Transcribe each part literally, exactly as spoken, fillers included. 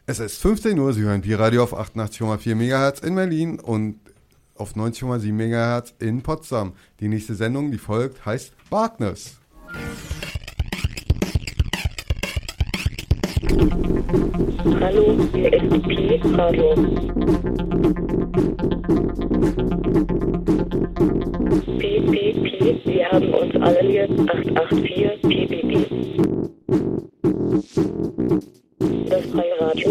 Es ist fünfzehn Uhr, Sie hören Pi-Radio auf achtundachtzig Komma vier Megahertz in Berlin und auf neunzig Komma sieben Megahertz in Potsdam. Die nächste Sendung, die folgt, heißt Darkness. Hallo, hier ist Pi-Radio. Pi, Pi, Pi, wir haben uns alle hier. acht acht vier, Pi, Pi, Pi. Das freie Radio.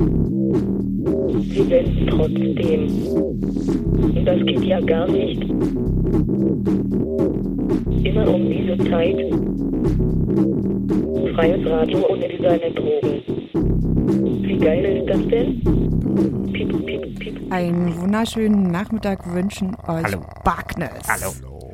Sie senden trotzdem. Das geht ja gar nicht. Immer um diese Zeit. Freies Radio ohne Design Drogen. Wie geil ist das denn? Piep, piep, piep. Einen wunderschönen Nachmittag wünschen euch Hallo. Darkness. Hallo.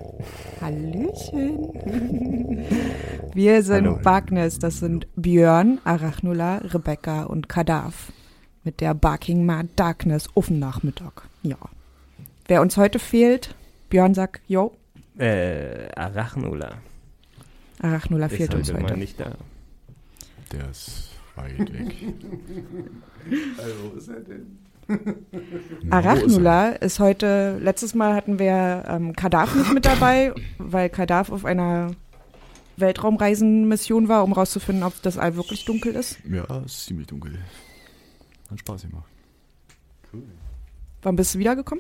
Hallöchen. Wir sind Hallo. Darkness. Das sind Björn, Arachnula, Rebecca und Kadaf. Mit der Barking Mad Darkness auf den Nachmittag. Ja. Wer uns heute fehlt, Björn sagt, jo. Äh, Arachnula. Arachnula Ist fehlt uns heute mal heute. nicht da. Der ist weit weg. Also, wo ist er denn? Arachnula ist heute, letztes Mal hatten wir ähm, Kadaf nicht mit dabei, weil Kadaf auf einer Weltraumreisenmission war, um rauszufinden, ob das All wirklich dunkel ist. Ja, es ist ziemlich dunkel. Hat Spaß gemacht. Cool. Wann bist du wiedergekommen?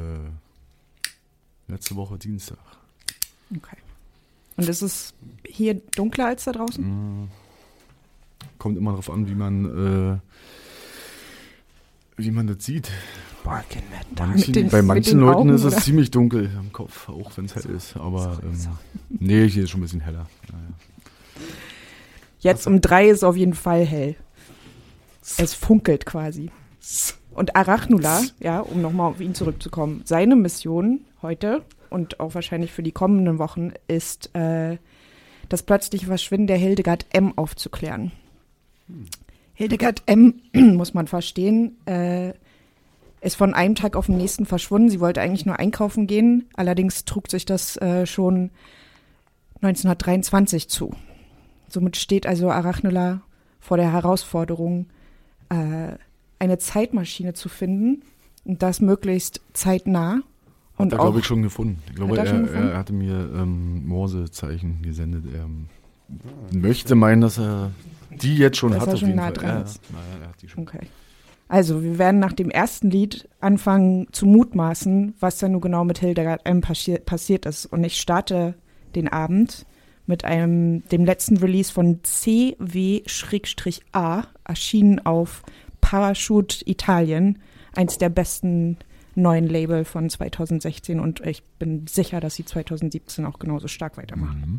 Äh, letzte Woche Dienstag. Okay. Und ist es hier dunkler als da draußen? Mhm. Kommt immer darauf an, wie man, äh, wie man das sieht. Barking Mad Manchen, den- bei mit manchen den Leuten Augen, ist es oder? ziemlich dunkel am Kopf, auch wenn es hell ist. Aber ähm, nee, hier ist schon ein bisschen heller. Naja. Jetzt um drei ist auf jeden Fall hell. Es funkelt quasi. Und Arachnula, ja, um nochmal auf ihn zurückzukommen, seine Mission heute und auch wahrscheinlich für die kommenden Wochen ist, äh, das plötzliche Verschwinden der Hildegard M. aufzuklären. Hm. Hildegard M., muss man verstehen, äh, ist von einem Tag auf den nächsten verschwunden. Sie wollte eigentlich nur einkaufen gehen, allerdings trug sich das äh, schon neunzehnhundertdreiundzwanzig zu. Somit steht also Arachnula vor der Herausforderung, äh, eine Zeitmaschine zu finden und das möglichst zeitnah. Und Hat er, auch, glaube ich, schon gefunden. Ich glaube, Hat er er, schon gefunden? er hatte mir ähm, Morsezeichen gesendet. Er ähm, möchte meinen, dass er die jetzt schon Dass hat. er auf schon jeden nah Fall. dran Ja, ist. ja, ja, er hat die schon. Okay. Also, wir werden nach dem ersten Lied anfangen zu mutmaßen, was da nun genau mit Hildegard M. passi- passiert ist. Und ich starte den Abend mit einem, dem letzten Release von C W A, erschienen auf Parachute Italien, eins der besten neuen Label von zweitausendsechzehn. Und ich bin sicher, dass sie zweitausendsiebzehn auch genauso stark weitermachen. Mhm.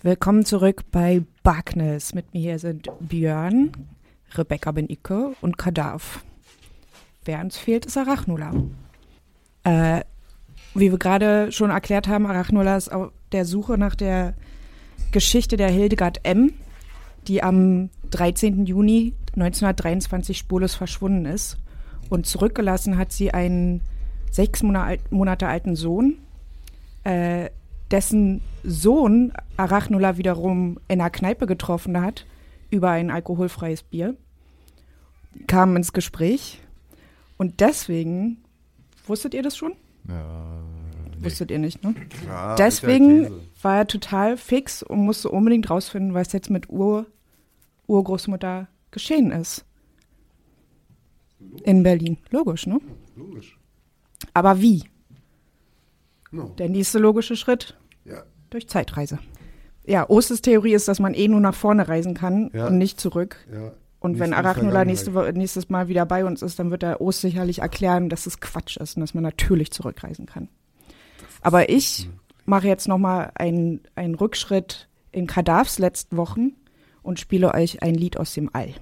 Willkommen zurück bei Barkness. Mit mir hier sind Björn, Rebecca bin Icke und Kadaf. Wer uns fehlt, ist Arachnula. Äh, wie wir gerade schon erklärt haben, Arachnula ist auf der Suche nach der Geschichte der Hildegard M., die am dreizehnten Juni neunzehnhundertdreiundzwanzig spurlos verschwunden ist. Und zurückgelassen hat sie einen sechs Monate alten Sohn, äh, dessen Sohn Arachnula wiederum in einer Kneipe getroffen hat, über ein alkoholfreies Bier, kamen ins Gespräch. Und deswegen, wusstet ihr das schon? Ja, nee. Wusstet ihr nicht, ne? Klar, Deswegen war er total fix und musste unbedingt rausfinden, was jetzt mit Ur- Urgroßmutter geschehen ist. In Berlin. Logisch, ne? Logisch. Aber wie? No. Der nächste logische Schritt? Ja. Durch Zeitreise. Ja, Ostes Theorie ist, dass man eh nur nach vorne reisen kann Ja. und nicht zurück. Ja. Und Nicht wenn in die Arachnula Vergangenheit. nächste, Wo- nächstes Mal wieder bei uns ist, dann wird der Ost sicherlich erklären, dass es Quatsch ist und dass man natürlich zurückreisen kann. Aber ich mache jetzt nochmal einen, einen Rückschritt in Kadavs letzten Wochen und spiele euch ein Lied aus dem All.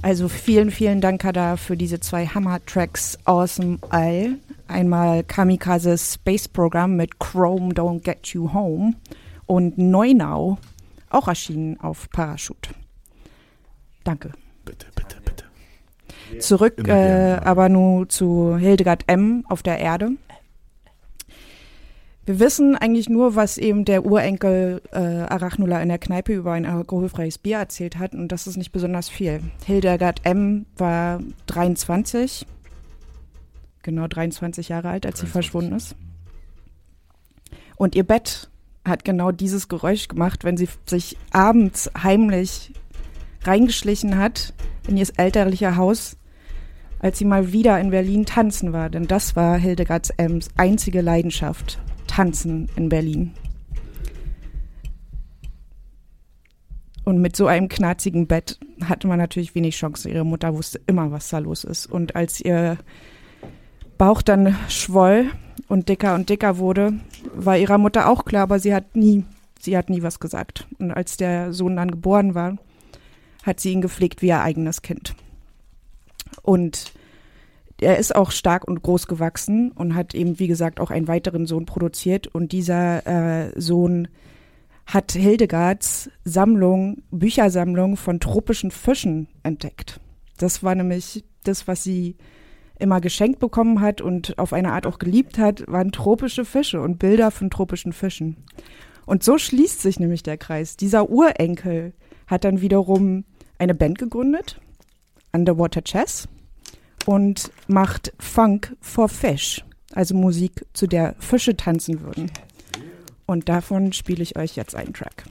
Also vielen, vielen Dank da für diese zwei Hammer-Tracks aus dem All. Einmal Kamikaze Space Program mit Chrome Don't Get You Home und Neunau, auch erschienen auf Parachute. Danke. Bitte, bitte, bitte. Zurück Immer gerne, äh, ja. aber nun zu Hildegard M. auf der Erde. Wir wissen eigentlich nur, was eben der Urenkel äh, Arachnula in der Kneipe über ein alkoholfreies Bier erzählt hat, und das ist nicht besonders viel. Hildegard M. war dreiundzwanzig, genau dreiundzwanzig Jahre alt, als sie verschwunden ist. Und ihr Bett hat genau dieses Geräusch gemacht, wenn sie sich abends heimlich reingeschlichen hat in ihr elterliche Haus, als sie mal wieder in Berlin tanzen war. Denn das war Hildegards M's einzige Leidenschaft. Tanzen in Berlin. Und mit so einem knarzigen Bett hatte man natürlich wenig Chance. Ihre Mutter wusste immer, was da los ist. Und als ihr Bauch dann schwoll und dicker und dicker wurde, war ihrer Mutter auch klar, aber sie hat nie, sie hat nie was gesagt. Und als der Sohn dann geboren war, hat sie ihn gepflegt wie ihr eigenes Kind. Und er ist auch stark und groß gewachsen und hat eben, wie gesagt, auch einen weiteren Sohn produziert. Und dieser äh, Sohn hat Hildegards Sammlung, Büchersammlung von tropischen Fischen entdeckt. Das war nämlich das, was sie immer geschenkt bekommen hat und auf eine Art auch geliebt hat, waren tropische Fische und Bilder von tropischen Fischen. Und so schließt sich nämlich der Kreis. Dieser Urenkel hat dann wiederum eine Band gegründet, Underwater Chess, und macht Funk for Fish, also Musik, zu der Fische tanzen würden. Und davon spiele ich euch jetzt einen Track.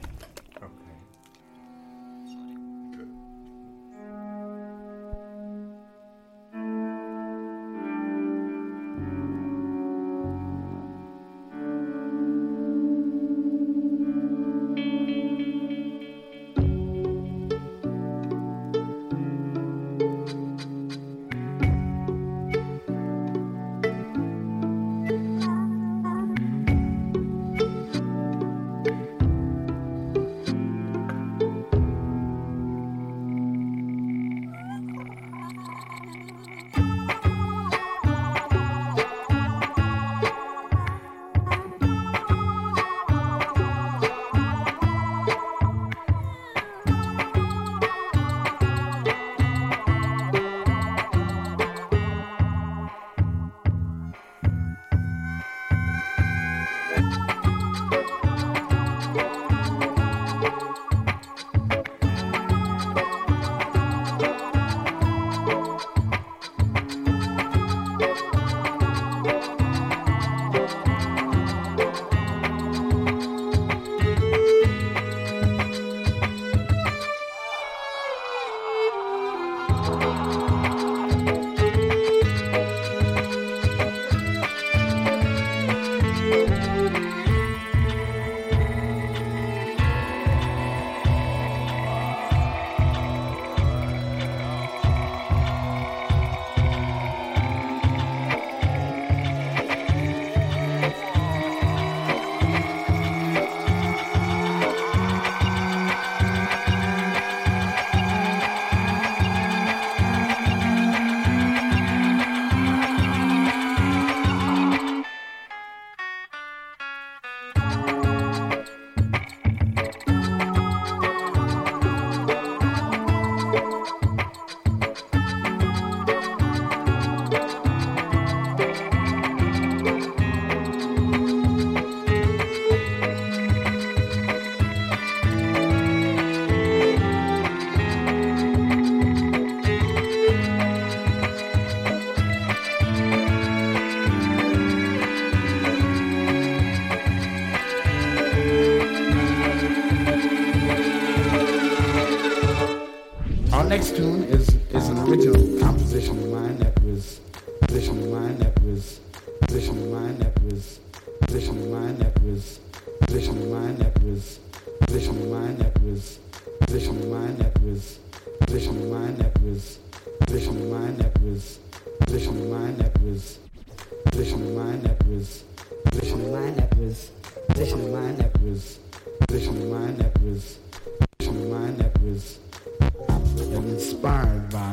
next tune is, is an original composition of mine that was, position of mine that was, position of mine that was, position of mine that was, position of mine that was, position of mine that was, position of mine that was, position of mine that was, position of mine that was, position of mine that was, position of mine that was, position of mine that was, position of mine that was, position of mine that was, position of mine that was inspired by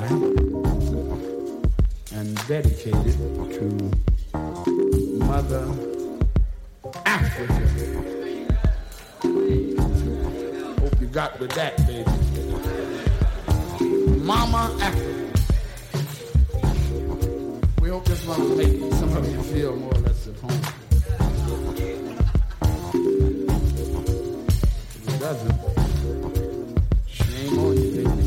dedicated to Mother Africa. Hope you got with that, baby. Mama Africa. We hope this one will make some of you feel more or less at home. If it doesn't, shame on you, baby.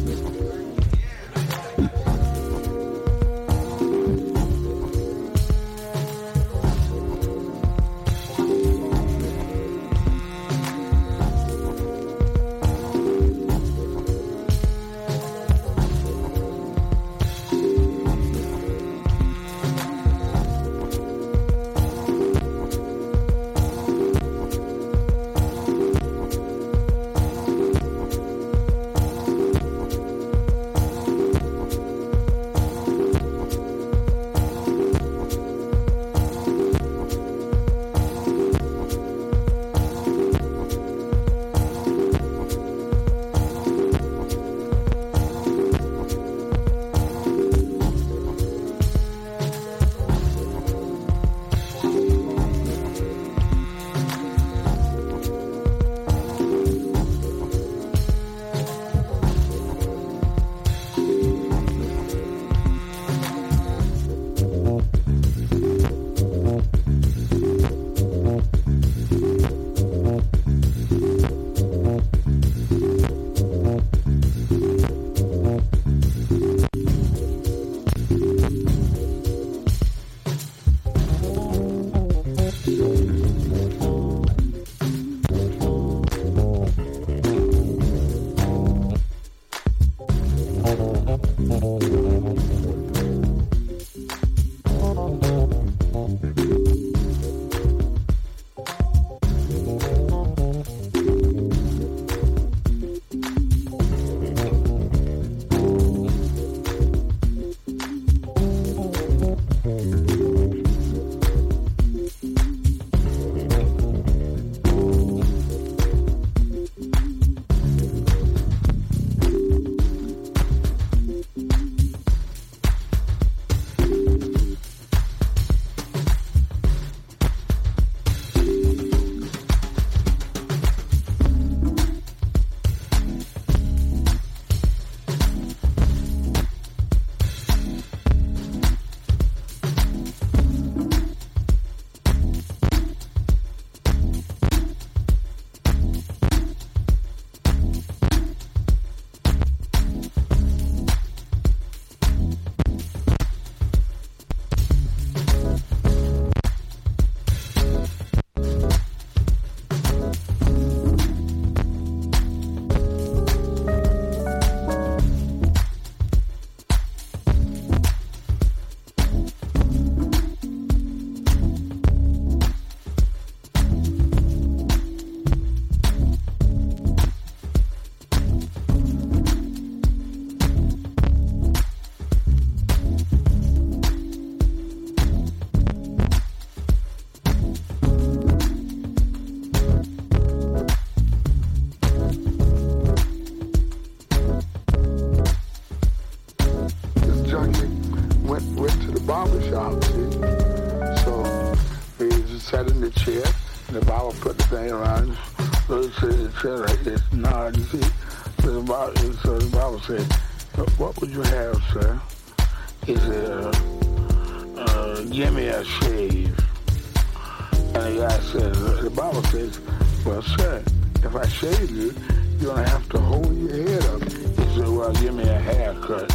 What would you have, sir? He said, uh, give me a shave. And the guy said, the Bible says, well, sir, if I shave you, you're going to have to hold your head up. He said, well, give me a haircut.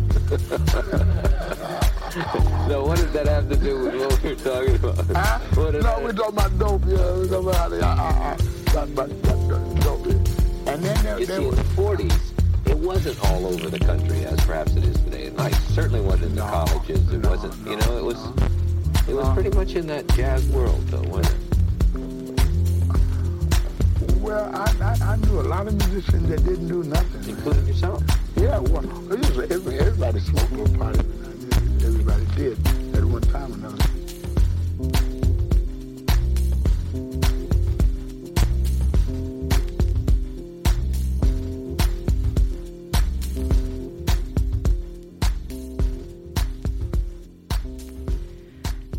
No, what does that have to do with what we're talking about? Huh? What no, that? we're talking about dope. Yeah, we're talking about, uh, uh, uh, about, about dope. And then there, You there see, was... in the forties, it wasn't all over the country as perhaps it is today. Like, certainly wasn't in the No, colleges. It no, wasn't, no, you know, it was it was no. pretty much in that jazz world, though, wasn't it? Well, I, I, I knew a lot of musicians that didn't do nothing. Including yourself. Yeah, well, usually every, everybody smoked a little pot. Everybody did at one time or another.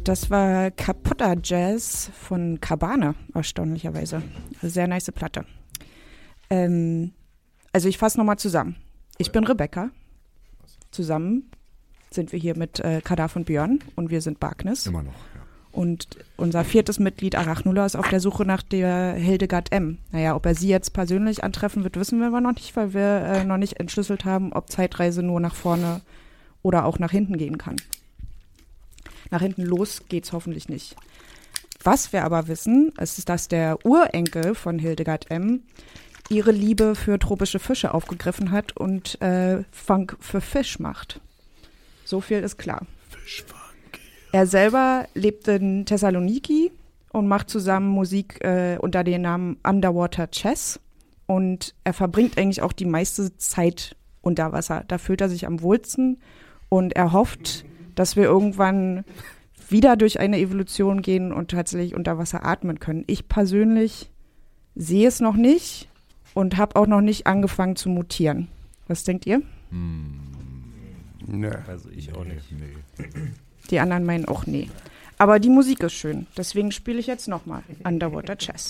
Das war Kaputter Jazz von Cabane, erstaunlicherweise. Also sehr nice Platte. Ähm, also ich fasse nochmal zusammen. Ich bin Rebecca. Zusammen sind wir hier mit äh, Kadaf und Björn und wir sind Barkness. Immer noch, ja. Und unser viertes Mitglied Arachnula ist auf der Suche nach der Hildegard M. Naja, ob er sie jetzt persönlich antreffen wird, wissen wir aber noch nicht, weil wir äh, noch nicht entschlüsselt haben, ob Zeitreise nur nach vorne oder auch nach hinten gehen kann. Nach hinten los geht's hoffentlich nicht. Was wir aber wissen, ist, dass der Urenkel von Hildegard M. ihre Liebe für tropische Fische aufgegriffen hat und äh, Funk für Fisch macht. So viel ist klar. Fischfunk. Er selber lebt in Thessaloniki und macht zusammen Musik äh, unter dem Namen Underwater Chess. Und er verbringt eigentlich auch die meiste Zeit unter Wasser. Da fühlt er sich am wohlsten und er hofft, dass wir irgendwann wieder durch eine Evolution gehen und tatsächlich unter Wasser atmen können. Ich persönlich sehe es noch nicht und habe auch noch nicht angefangen zu mutieren. Was denkt ihr? Hm. Nee. Also ich auch nicht. Nee. Die anderen meinen auch nee. Aber die Musik ist schön. Deswegen spiele ich jetzt nochmal Underwater Chess.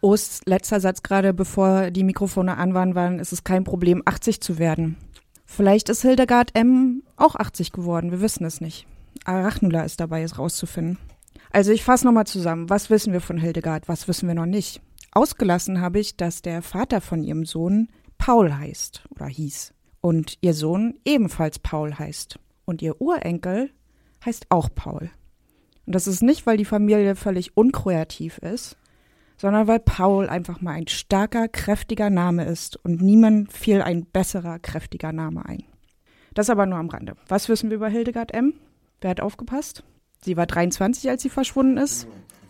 Osts letzter Satz gerade, bevor die Mikrofone an waren, waren, ist es kein Problem, achtzig zu werden. Vielleicht ist Hildegard M. auch achtzig geworden, wir wissen es nicht. Arachnula ist dabei, es rauszufinden. Also ich fasse nochmal zusammen, was wissen wir von Hildegard, was wissen wir noch nicht? Ausgelassen habe ich, dass der Vater von ihrem Sohn Paul heißt oder hieß und ihr Sohn ebenfalls Paul heißt und ihr Urenkel heißt auch Paul. Und das ist nicht, weil die Familie völlig unkreativ ist, sondern weil Paul einfach mal ein starker, kräftiger Name ist und niemand fiel ein besserer, kräftiger Name ein. Das aber nur am Rande. Was wissen wir über Hildegard M.? Wer hat aufgepasst? Sie war dreiundzwanzig, als sie verschwunden ist.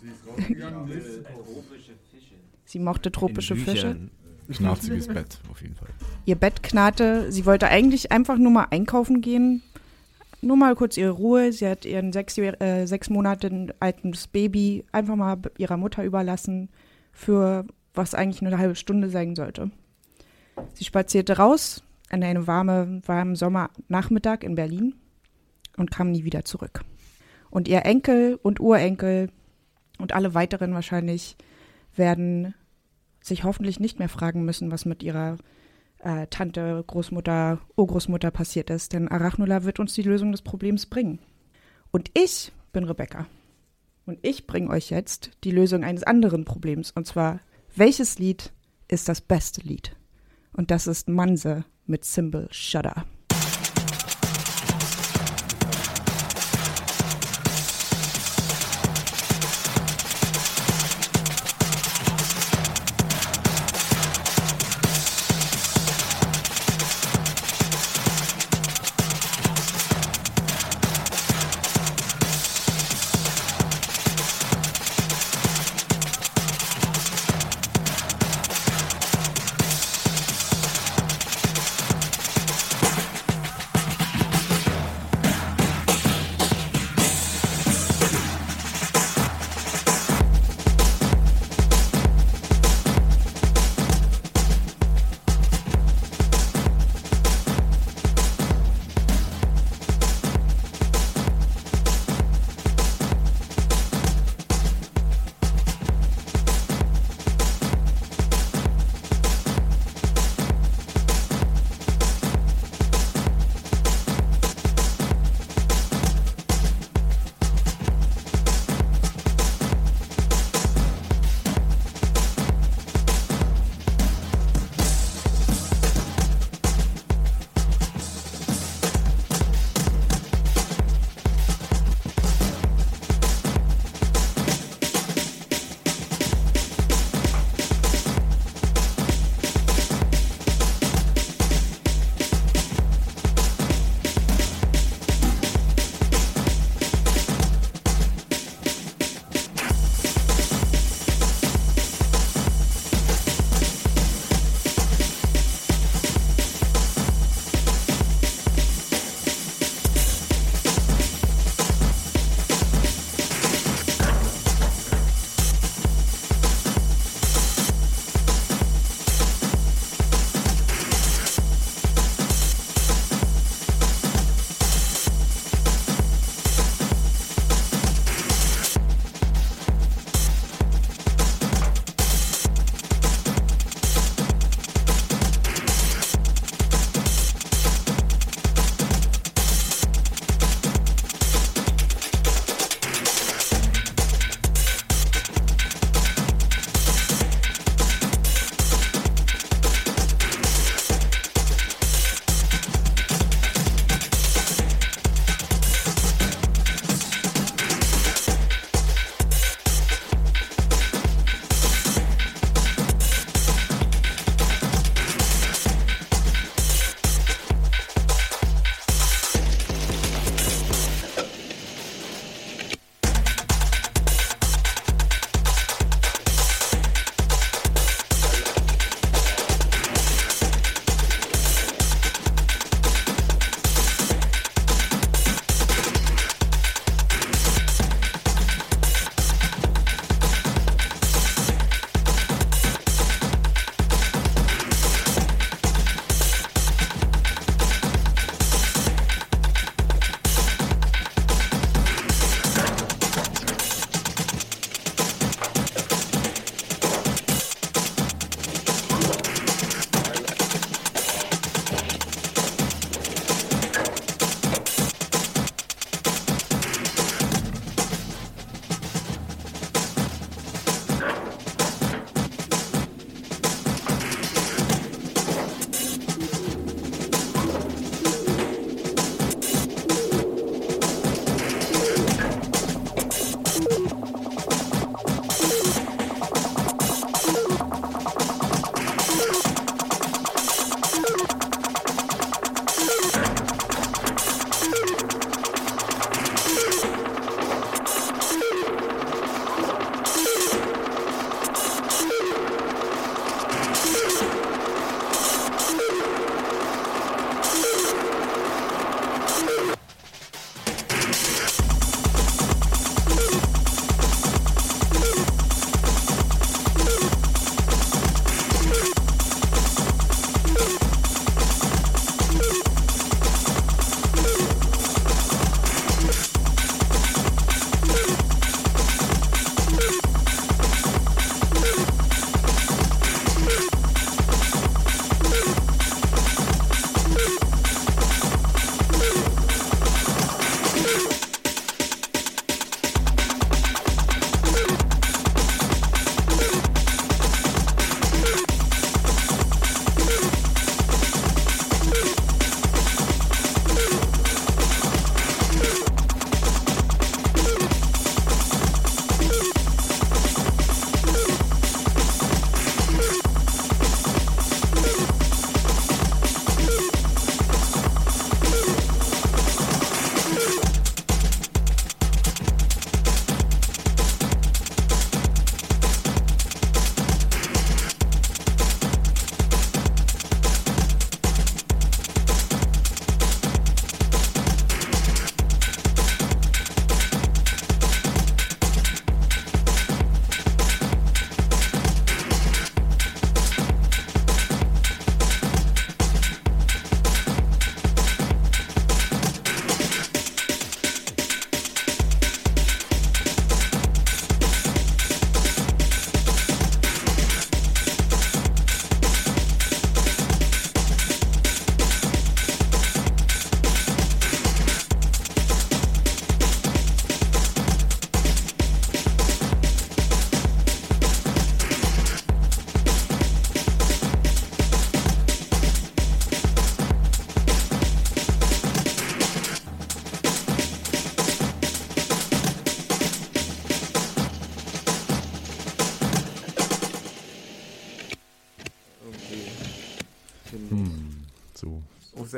Sie mochte tropische Fische. Knarziges Bett, auf jeden Fall. Ihr Bett knarrte. Sie wollte eigentlich einfach nur mal einkaufen gehen. Nur mal kurz ihre Ruhe. Sie hat ihren sechs, äh, sechs Monate altes Baby einfach mal ihrer Mutter überlassen, für was eigentlich nur eine halbe Stunde sein sollte. Sie spazierte raus an einem warmen, warmen Sommernachmittag in Berlin und kam nie wieder zurück. Und ihr Enkel und Urenkel und alle weiteren wahrscheinlich werden sich hoffentlich nicht mehr fragen müssen, was mit ihrer äh, Tante, Großmutter, Urgroßmutter passiert ist. Denn Arachnula wird uns die Lösung des Problems bringen. Und ich bin Rebecca. Und ich bringe euch jetzt die Lösung eines anderen Problems. Und zwar, welches Lied ist das beste Lied? Und das ist Manse mit Symbol Shudder.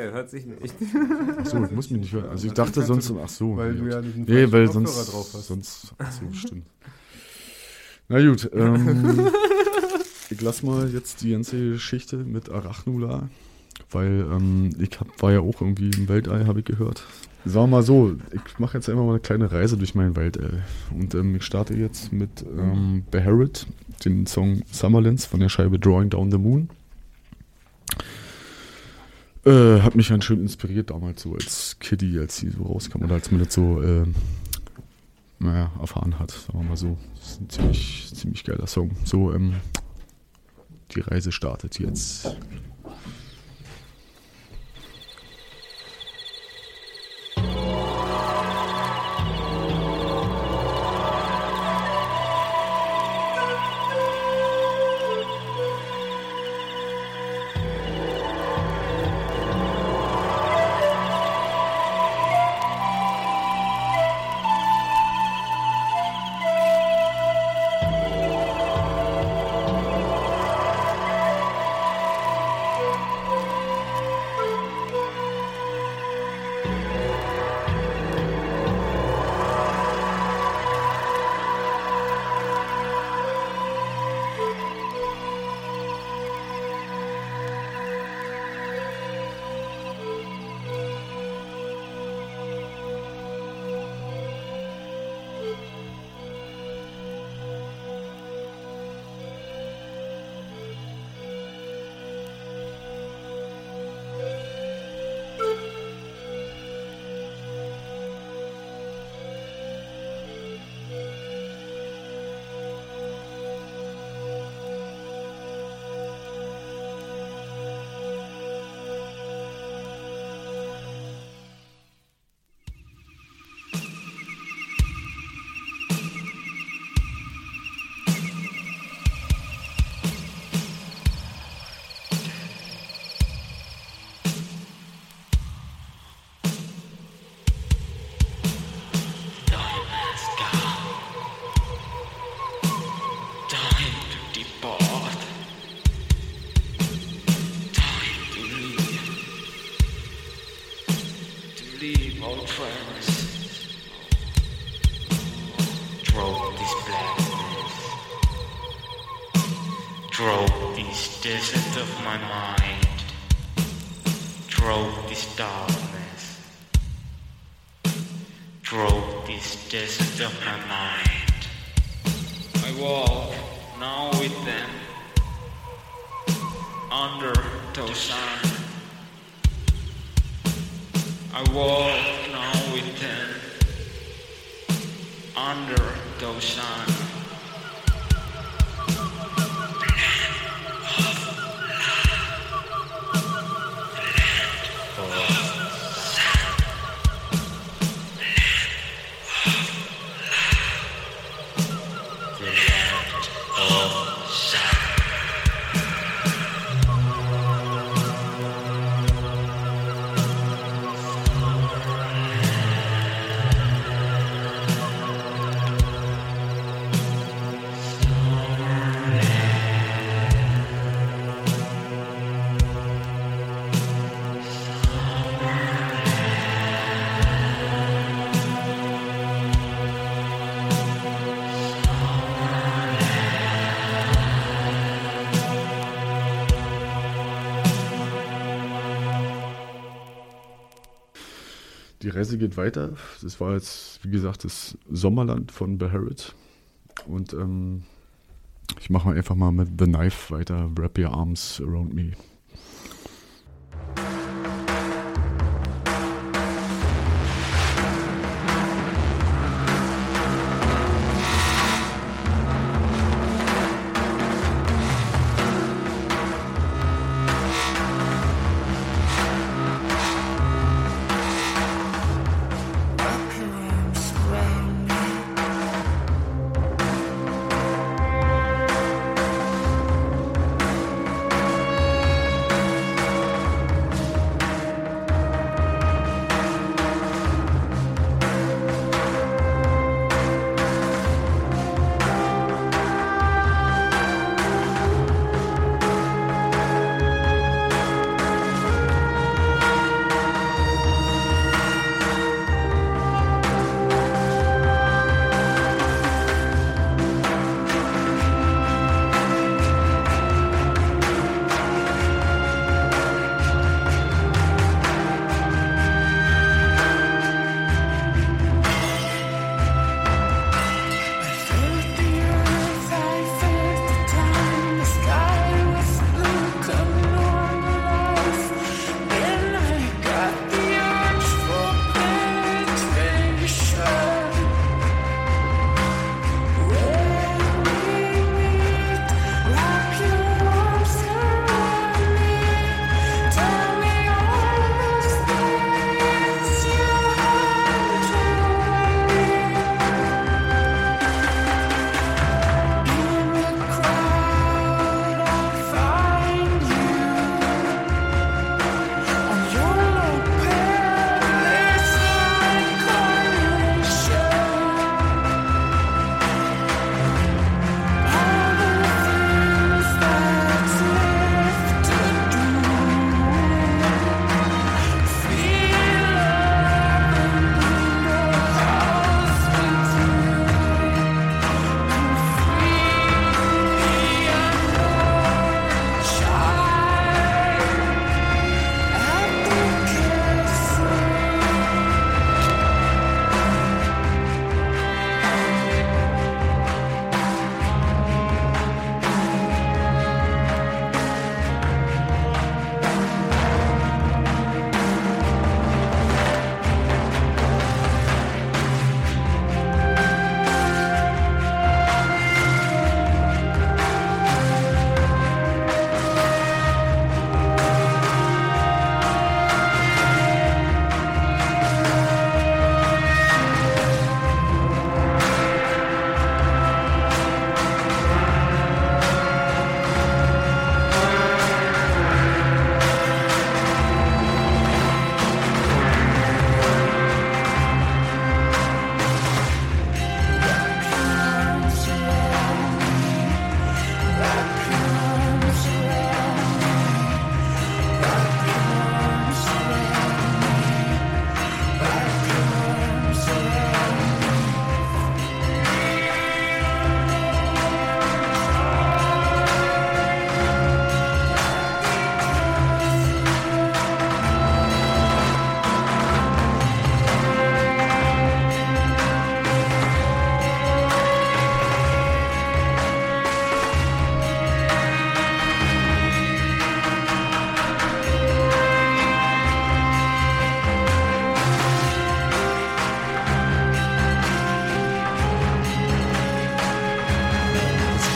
Marcel, hört sich nicht. Achso, ich muss mich nicht hören. Also ich dachte sonst, ach so. Weil nee, du gut. ja diesen Nee, weil falschen sonst, Kopfhörer drauf hast. sonst, ach so, stimmt. Na gut, ähm, ich lass mal jetzt die ganze Geschichte mit Arachnula, weil ähm, ich hab, war ja auch irgendwie im Weltall, habe ich gehört. Sagen wir mal so, ich mache jetzt einfach mal eine kleine Reise durch mein Weltall. Und ähm, ich starte jetzt mit ähm, Beharit, den Song Summerlands von der Scheibe Drawing Down the Moon. Äh, hat mich ganz schön inspiriert damals so als Kiddie, als die so rauskam oder als man das so äh, naja, erfahren hat, sagen wir mal so. Das ist ein ziemlich, ziemlich geiler Song. So, ähm, die Reise startet jetzt. Drove these deserts of my mind, drove this darkness, drove these deserts of my mind. I walk now with them, under the sun. I walk now with them, under the sun. Die Reise geht weiter. Das war jetzt, wie gesagt, das Sommerland von Beharit. Und ähm, ich mache mal einfach mal mit The Knife weiter. Wrap your arms around me. Drove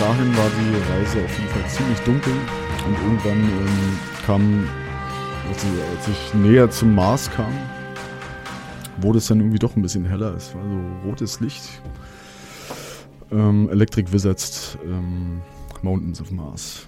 dahin war die Reise auf jeden Fall ziemlich dunkel und irgendwann ähm, kam, als ich, als ich näher zum Mars kam, wurde es dann irgendwie doch ein bisschen heller. Es war so rotes Licht. Ähm, Electric Wizards, ähm, Mountains of Mars.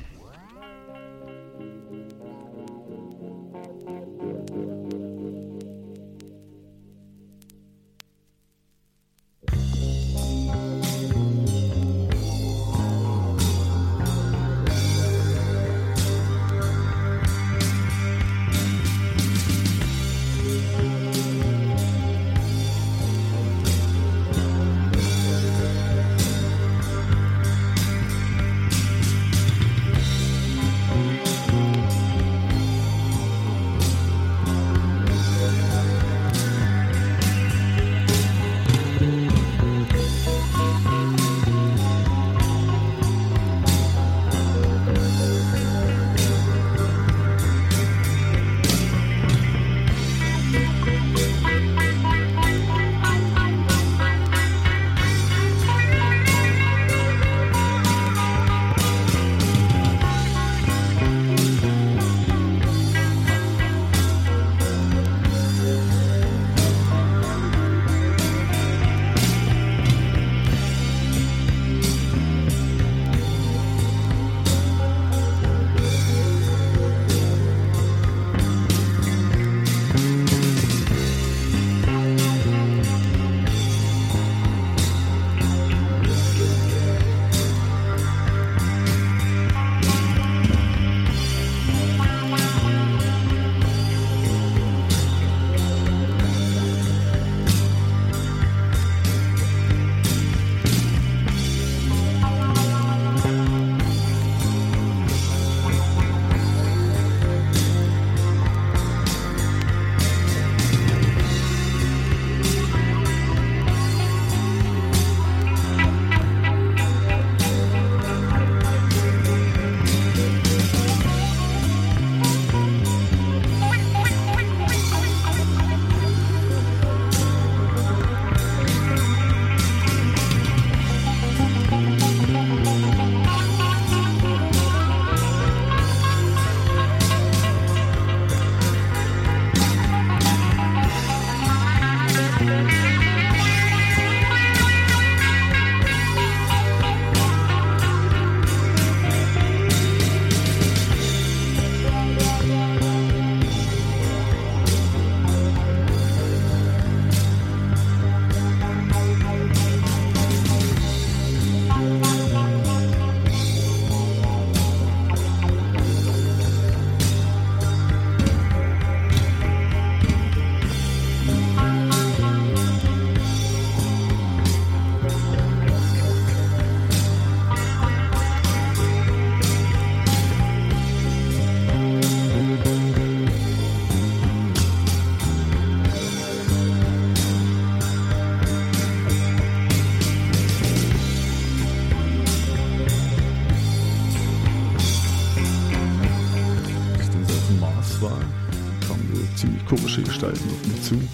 Komische Gestalten auf mich zu,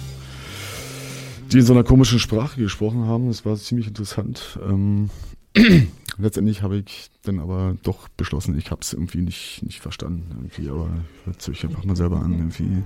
die in so einer komischen Sprache gesprochen haben. Das war ziemlich interessant. Ähm, letztendlich habe ich dann aber doch beschlossen, ich habe es irgendwie nicht, nicht verstanden. Irgendwie, aber hört euch einfach mal selber an. Irgendwie.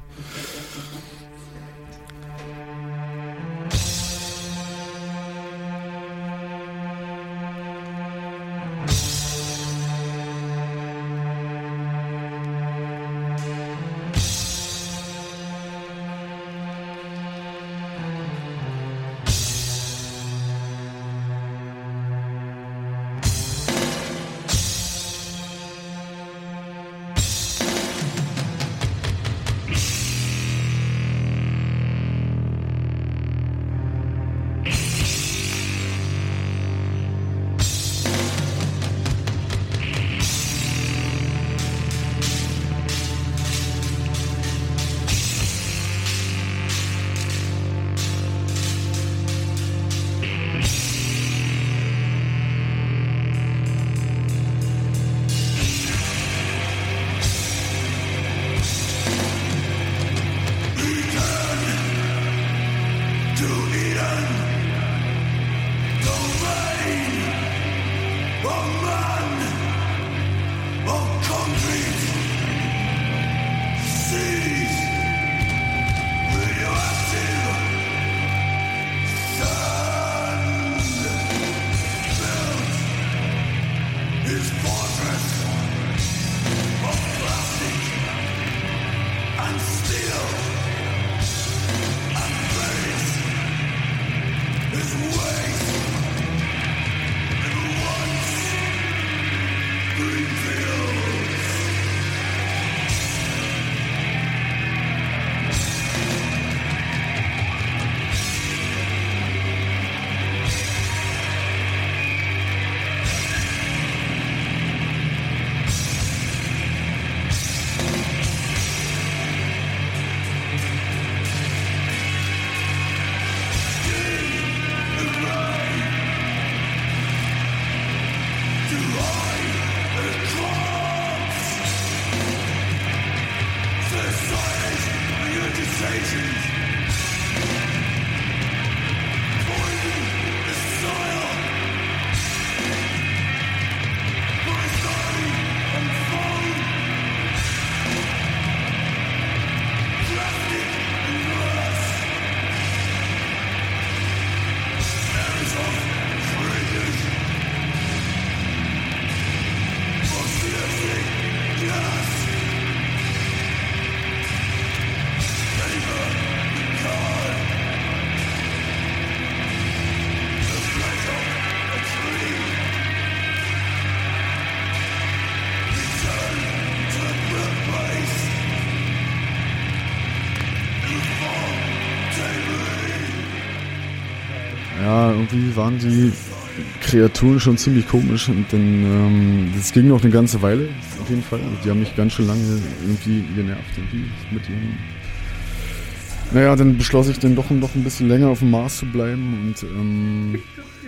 Ja, irgendwie waren die Kreaturen schon ziemlich komisch und dann, ähm, das ging noch eine ganze Weile, auf jeden Fall. Also die haben mich ganz schön lange irgendwie genervt, irgendwie mit ihrem. Naja, dann beschloss ich dann doch noch ein bisschen länger auf dem Mars zu bleiben und ähm,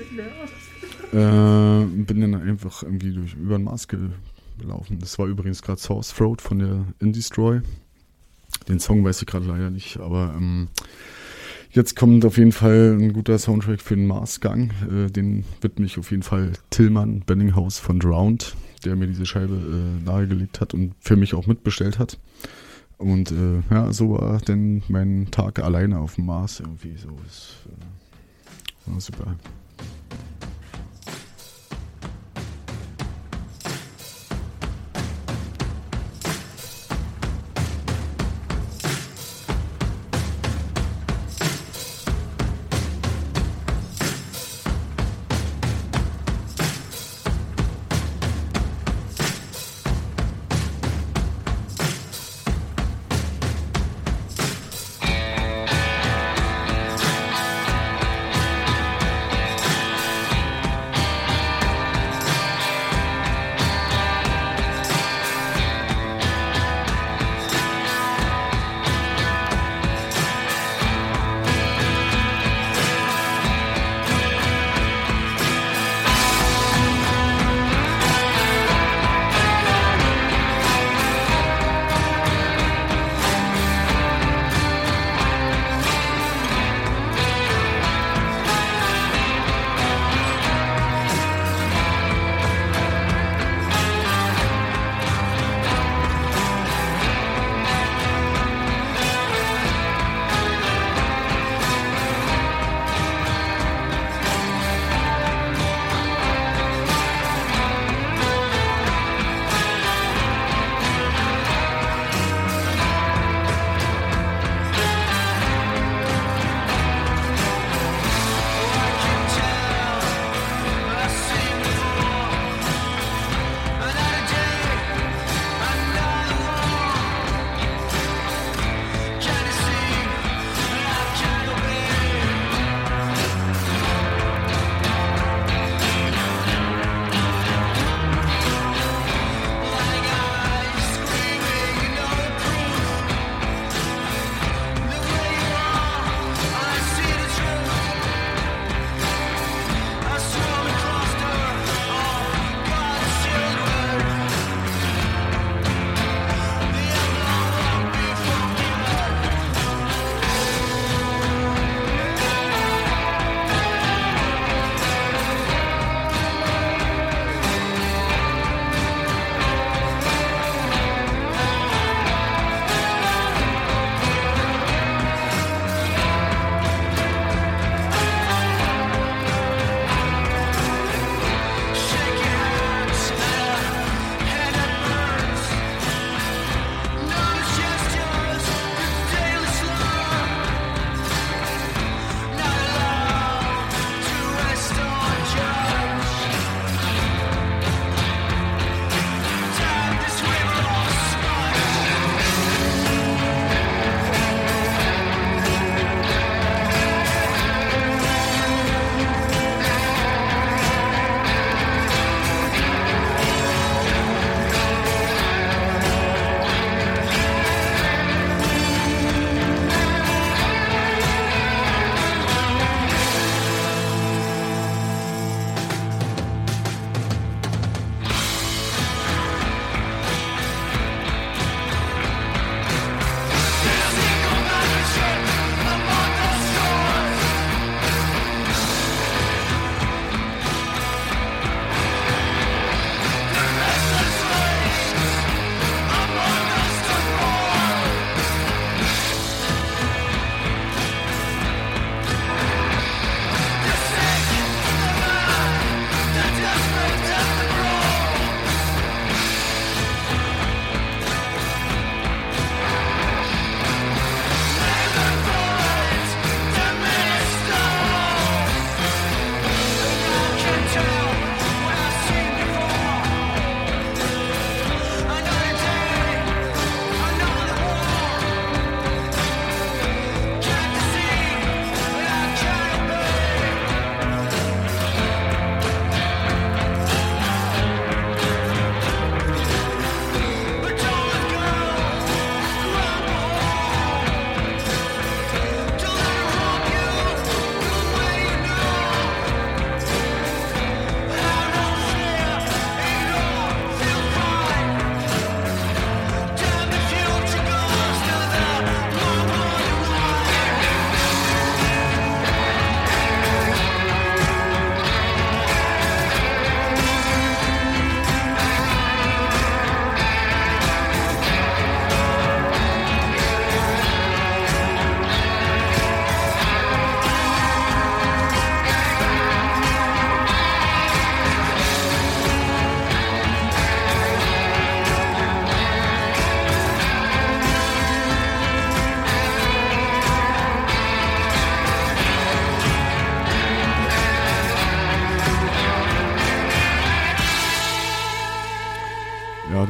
äh, bin dann einfach irgendwie durch über den Mars gelaufen. Das war übrigens gerade Source Throat von der In Destroy. Den Song weiß ich gerade leider nicht, aber ähm, jetzt kommt auf jeden Fall ein guter Soundtrack für den Marsgang. Äh, den widme ich auf jeden Fall Tillmann Benninghaus von Drowned, der mir diese Scheibe äh, nahegelegt hat und für mich auch mitbestellt hat. Und äh, ja, so war denn mein Tag alleine auf dem Mars irgendwie so. Das äh, war super. Thank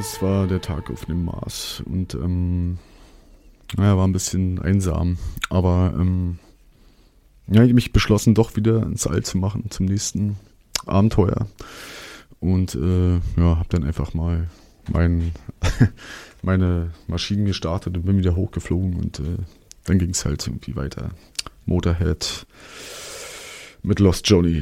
das war der Tag auf dem Mars und ähm, naja, war ein bisschen einsam, aber ähm, ja, ich habe mich beschlossen, doch wieder ins All zu machen zum nächsten Abenteuer und äh, ja, habe dann einfach mal mein, meine Maschinen gestartet und bin wieder hochgeflogen und äh, dann ging es halt irgendwie weiter. Motorhead mit Lost Johnny.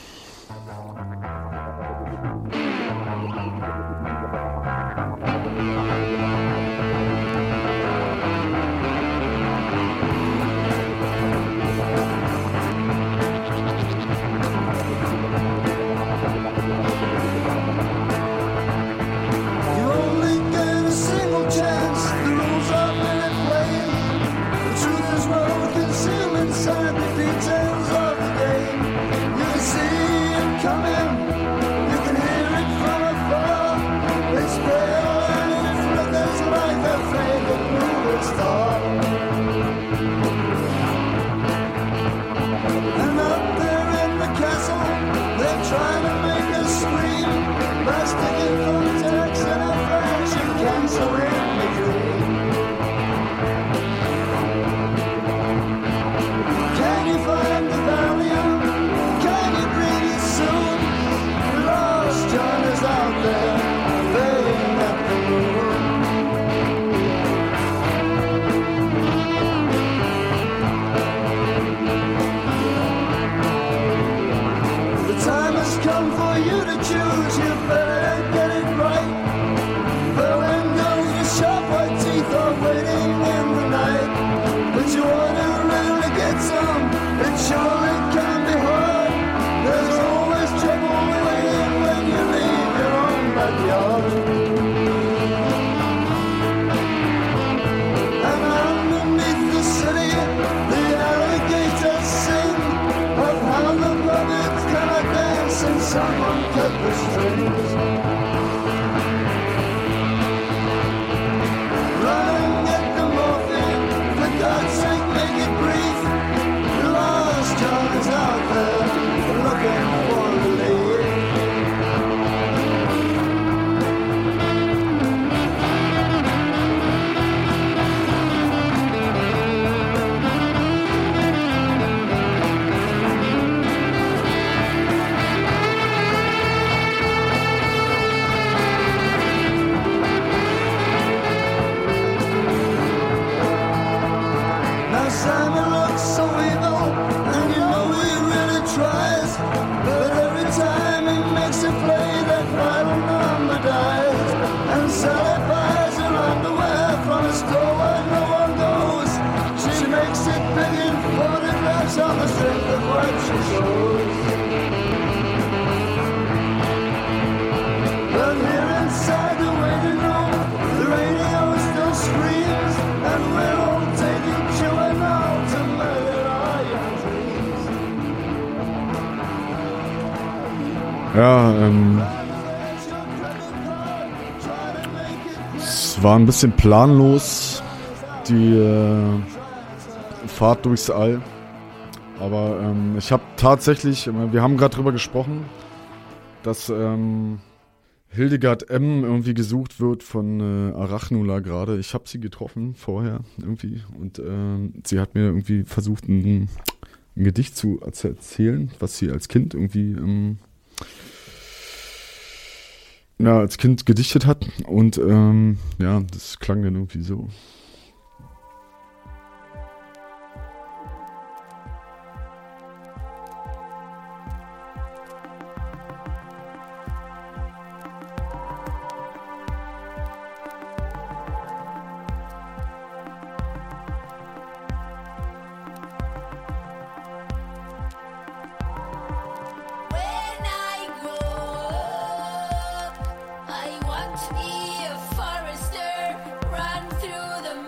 Ja, ähm, es war ein bisschen planlos, die äh, Fahrt durchs All, aber ähm, ich habe tatsächlich, wir haben gerade drüber gesprochen, dass ähm, Hildegard M. irgendwie gesucht wird von äh, Arachnula gerade. Ich habe sie getroffen vorher irgendwie und äh, sie hat mir irgendwie versucht, ein, ein Gedicht zu erzählen, was sie als Kind irgendwie ähm, ja, als Kind gedichtet hat und ähm, ja, das klang dann irgendwie so. I want to be a forester, run through the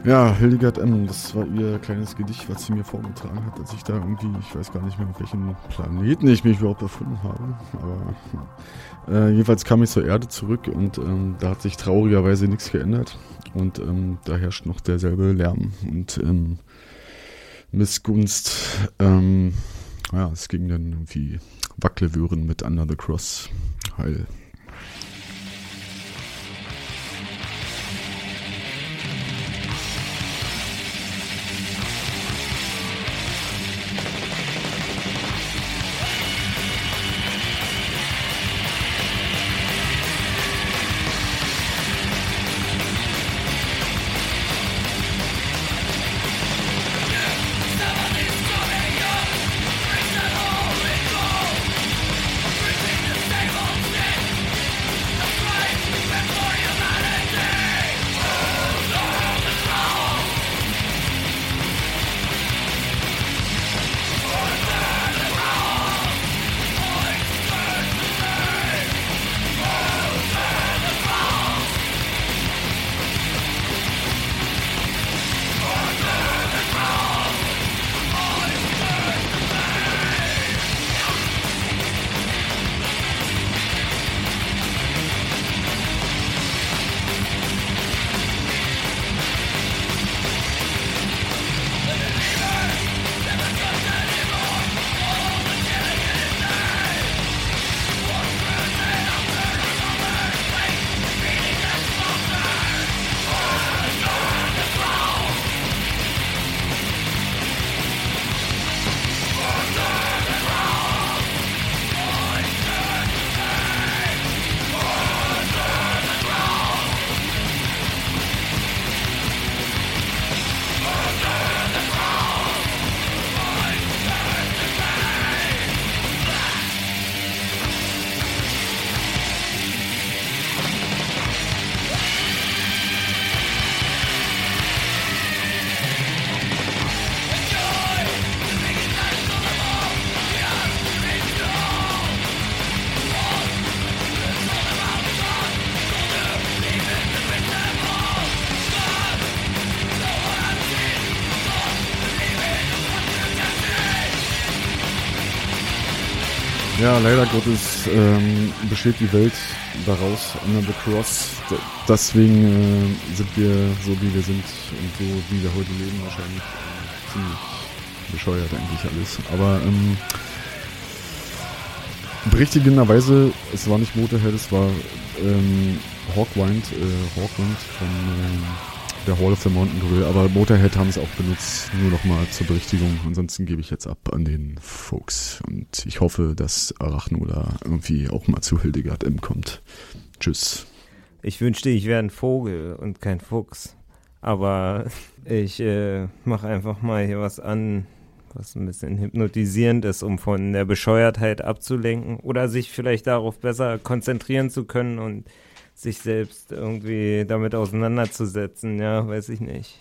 Ja, Hildegard M., das war ihr kleines Gedicht, was sie mir vorgetragen hat, als ich da irgendwie, ich weiß gar nicht mehr, auf welchem Planeten ich mich überhaupt befunden habe. Aber äh, jedenfalls kam ich zur Erde zurück und ähm, da hat sich traurigerweise nichts geändert. Und ähm, da herrscht noch derselbe Lärm und ähm, Missgunst. Ähm, ja, es ging dann irgendwie Wackelwüren mit Under the Cross. Heil. Ja, leider Gottes ähm, besteht die Welt daraus, Under the Cross. D- deswegen äh, sind wir so, wie wir sind und so, wie wir heute leben, wahrscheinlich äh, ziemlich bescheuert eigentlich alles. Aber ähm, berichtigenderweise, es war nicht Motorhead, es war ähm, Hawkwind, äh, Hawkwind von ähm, der Hall of the Mountain Grill, aber Motorhead haben es auch benutzt, nur nochmal zur Berichtigung. Ansonsten gebe ich jetzt ab an den Folks und ich hoffe, dass Arachnula irgendwie auch mal zu Hildegard M. kommt. Tschüss. Ich wünschte, ich wäre ein Vogel und kein Fuchs, aber ich äh, mache einfach mal hier was an, was ein bisschen hypnotisierend ist, um von der Bescheuertheit abzulenken oder sich vielleicht darauf besser konzentrieren zu können und sich selbst irgendwie damit auseinanderzusetzen, ja, weiß ich nicht.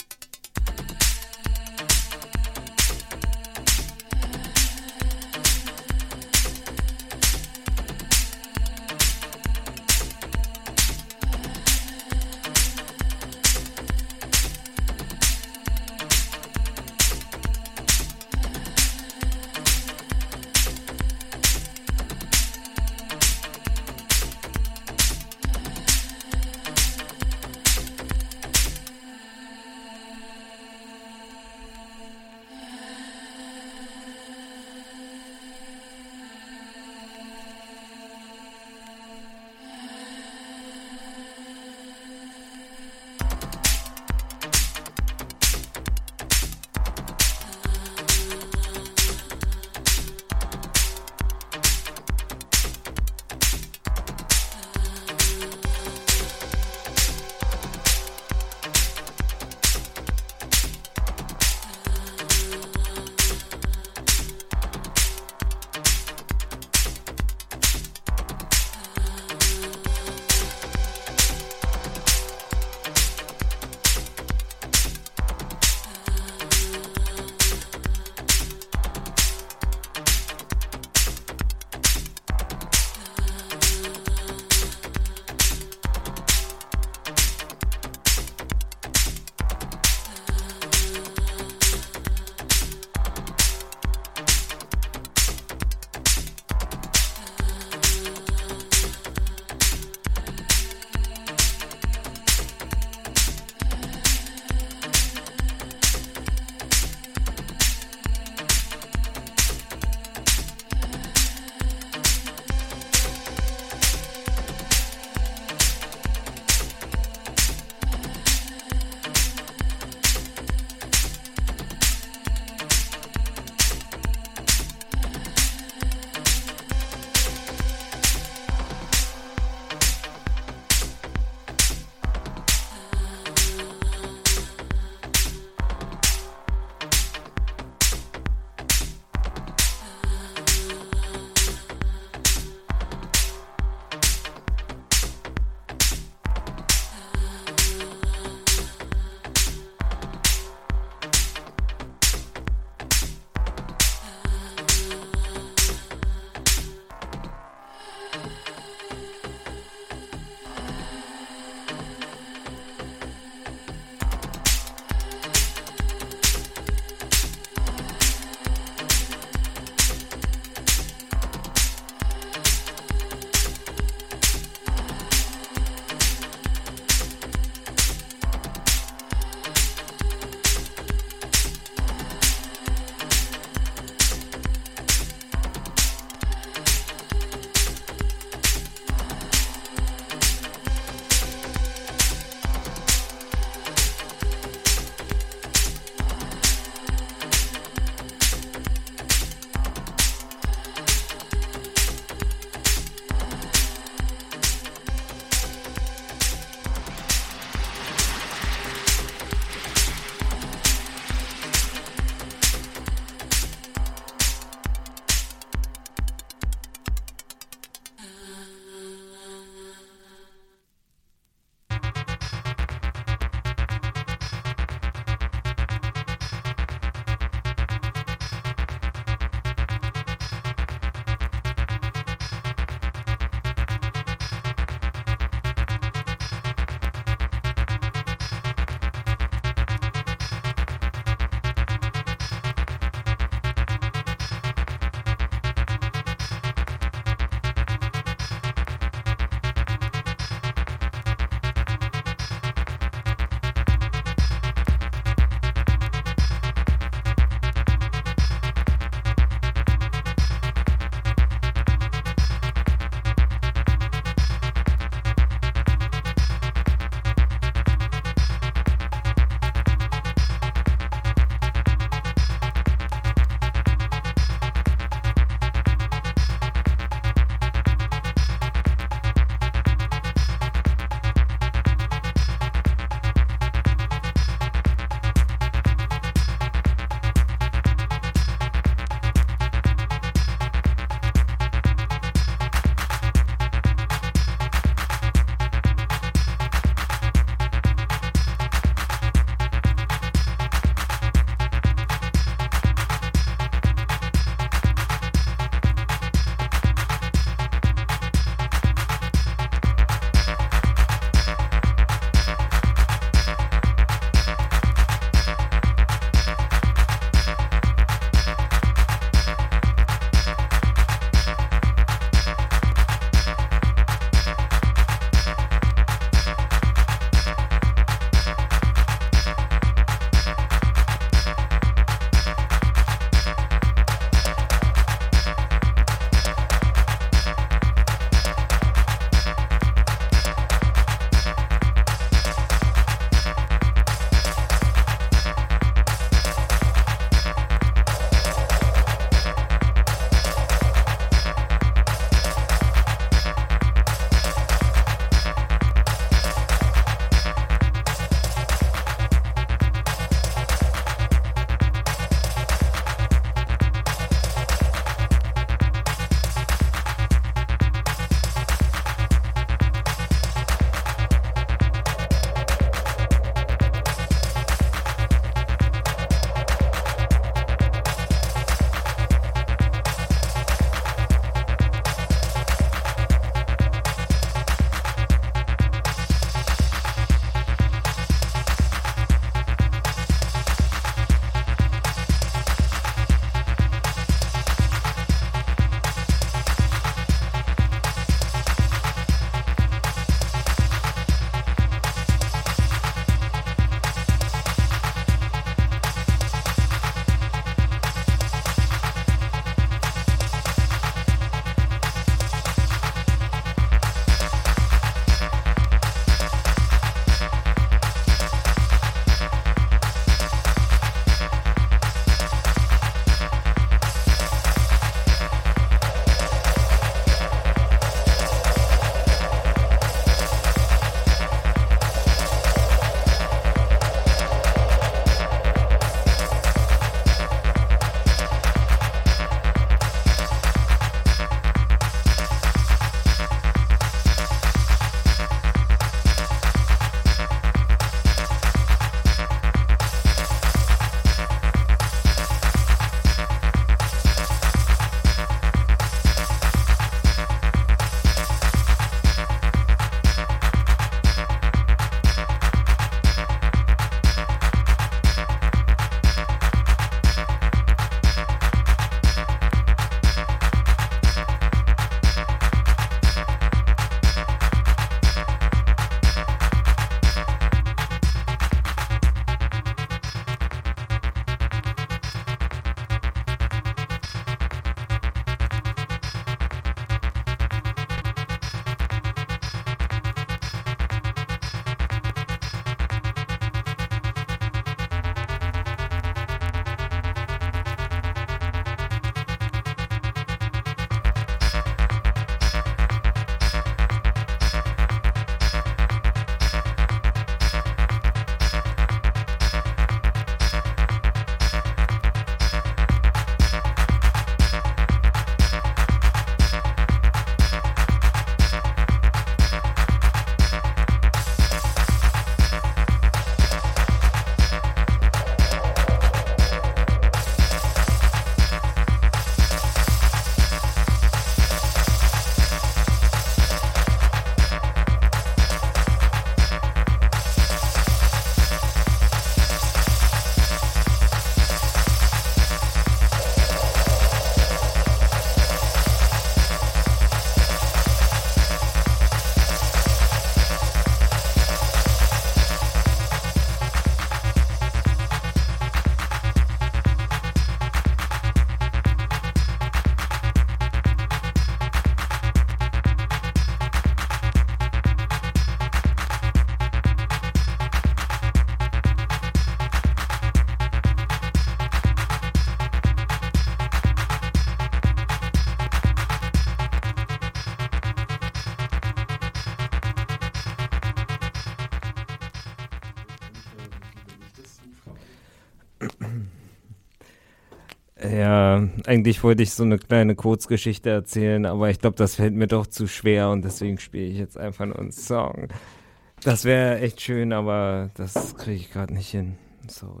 Ja, eigentlich wollte ich so eine kleine Kurzgeschichte erzählen, aber ich glaube, das fällt mir doch zu schwer und deswegen spiele ich jetzt einfach nur einen Song. Das wäre echt schön, aber das kriege ich gerade nicht hin. Sorry.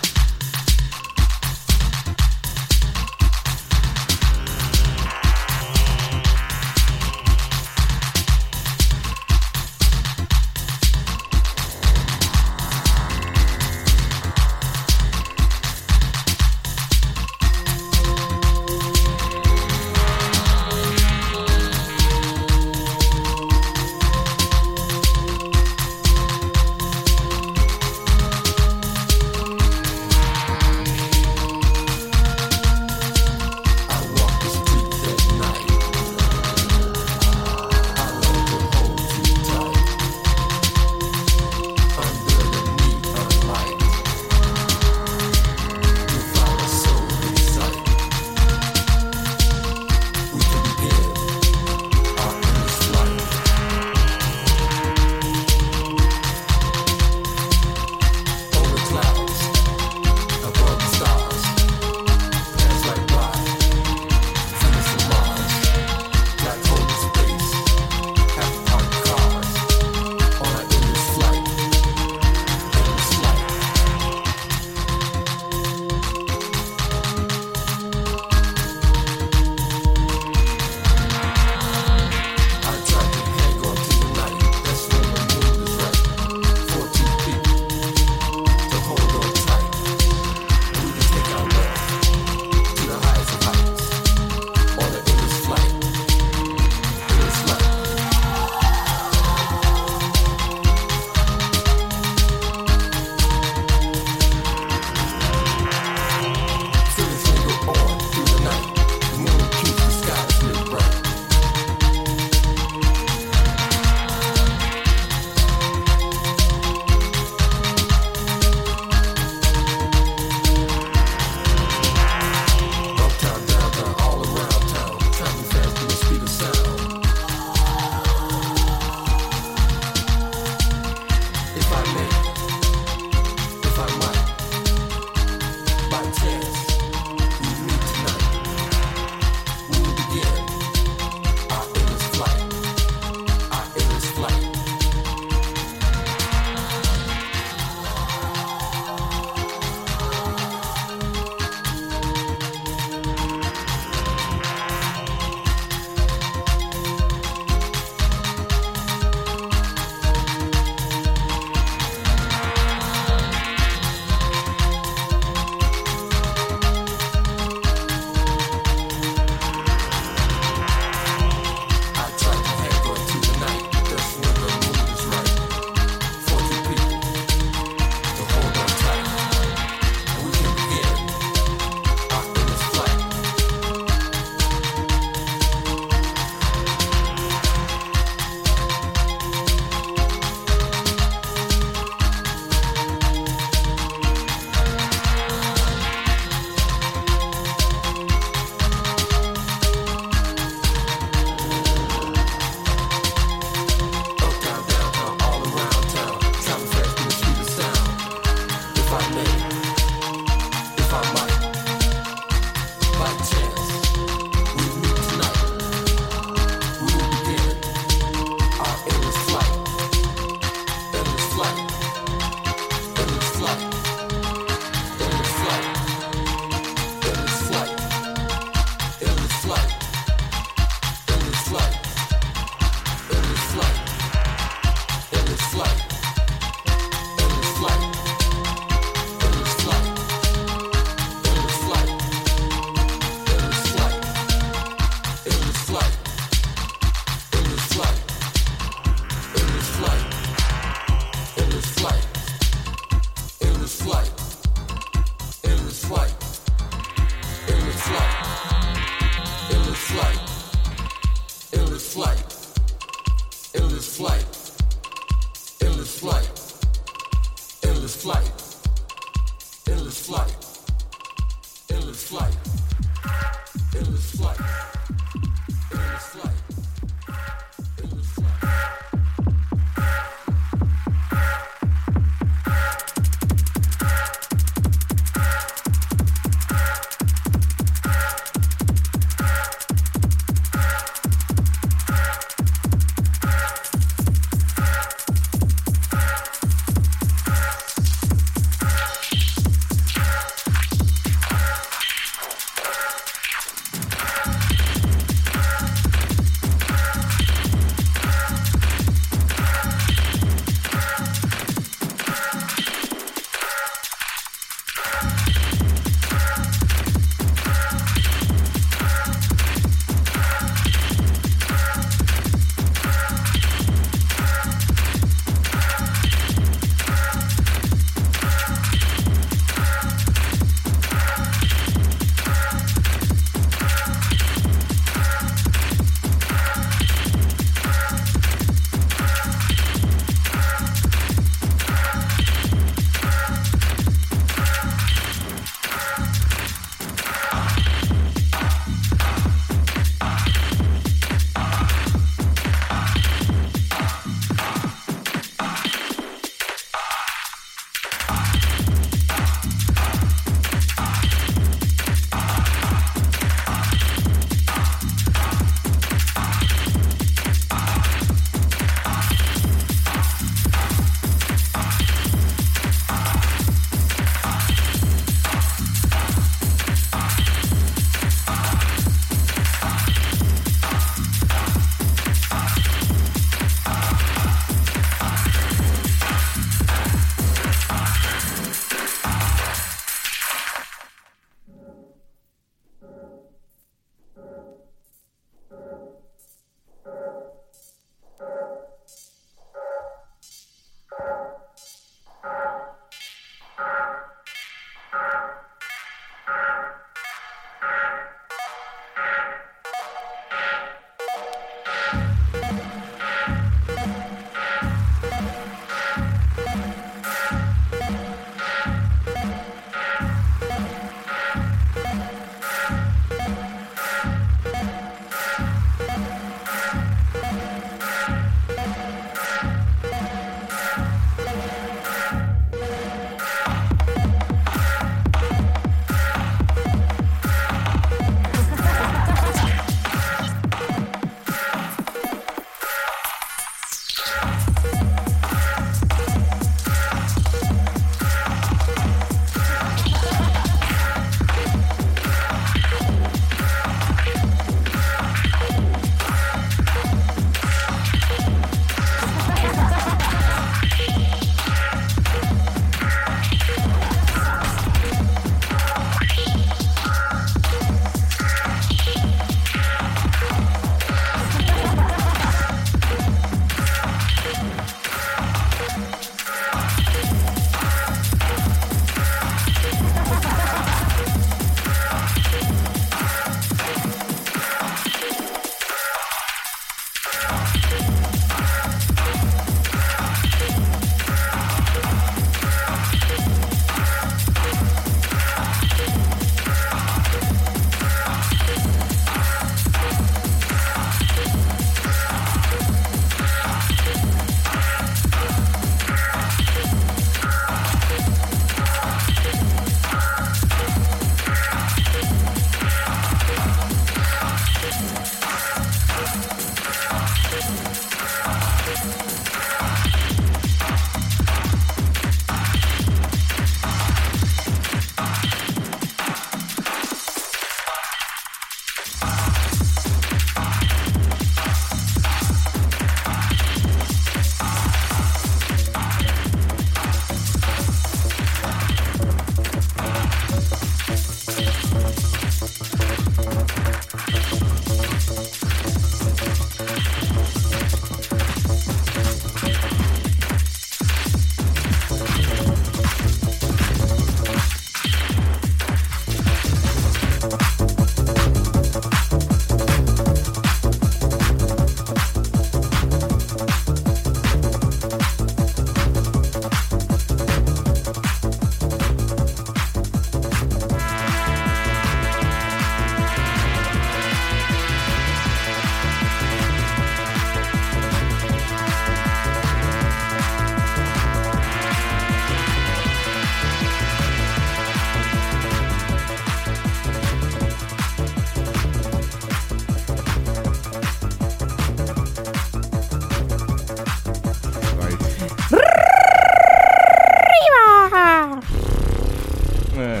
Äh.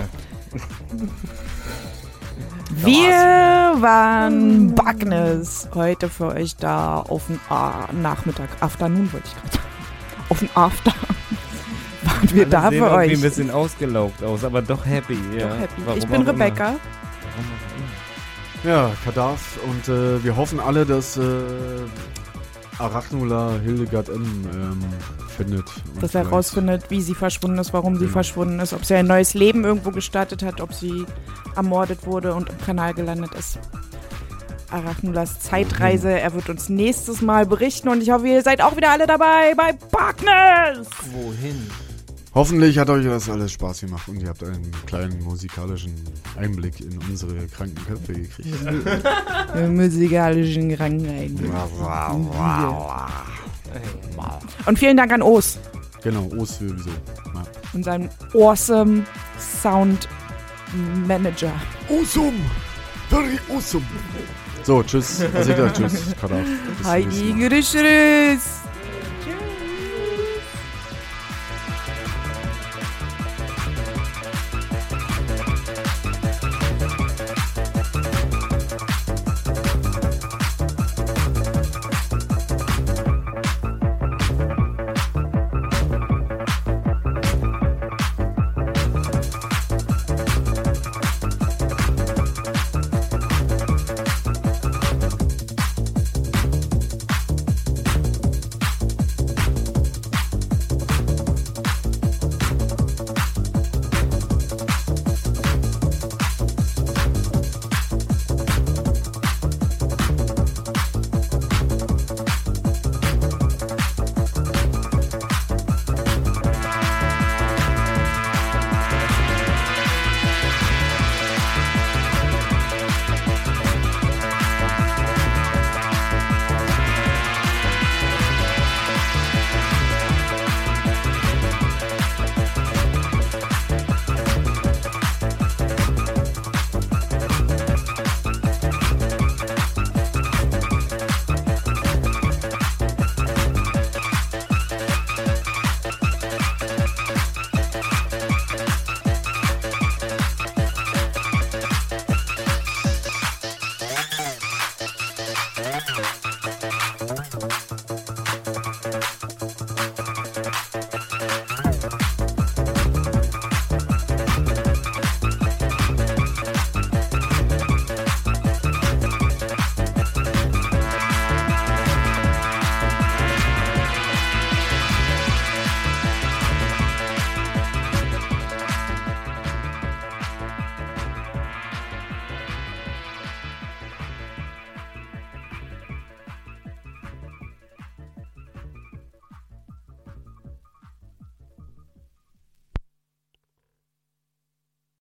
Wir waren Bagnes heute für euch da auf den A- Nachmittag. Afternoon wollte ich gerade sagen. Auf den After. Waren wir Alle da sehen für irgendwie euch. ein bisschen ausgelaugt aus, aber doch happy. Ja. Doch happy. Warum Ich bin auch immer. Rebecca. Ja, Kadaf. Und äh, wir hoffen alle, dass äh, Arachnula Hildegard M. Ähm, findet. Und Dass er vielleicht- herausfindet, wie sie verschwunden ist, warum sie Genau. verschwunden ist, ob sie ein neues Leben irgendwo gestartet hat, ob sie ermordet wurde und im Kanal gelandet ist. Arachnulas Zeitreise. Er wird uns nächstes Mal berichten und ich hoffe, ihr seid auch wieder alle dabei bei Bagnes. Wohin? Hoffentlich hat euch das alles Spaß gemacht und ihr habt einen kleinen musikalischen Einblick in unsere kranken Köpfe gekriegt. Musikalischen Krankheit. Und vielen Dank an Os, Genau, Os sowieso. Ja. unseren awesome Sound Manager. Awesome! Very awesome! So, tschüss. Was ich da? Tschüss, Kadaf. Bis zum Hi, nächsten Mal. Grüß.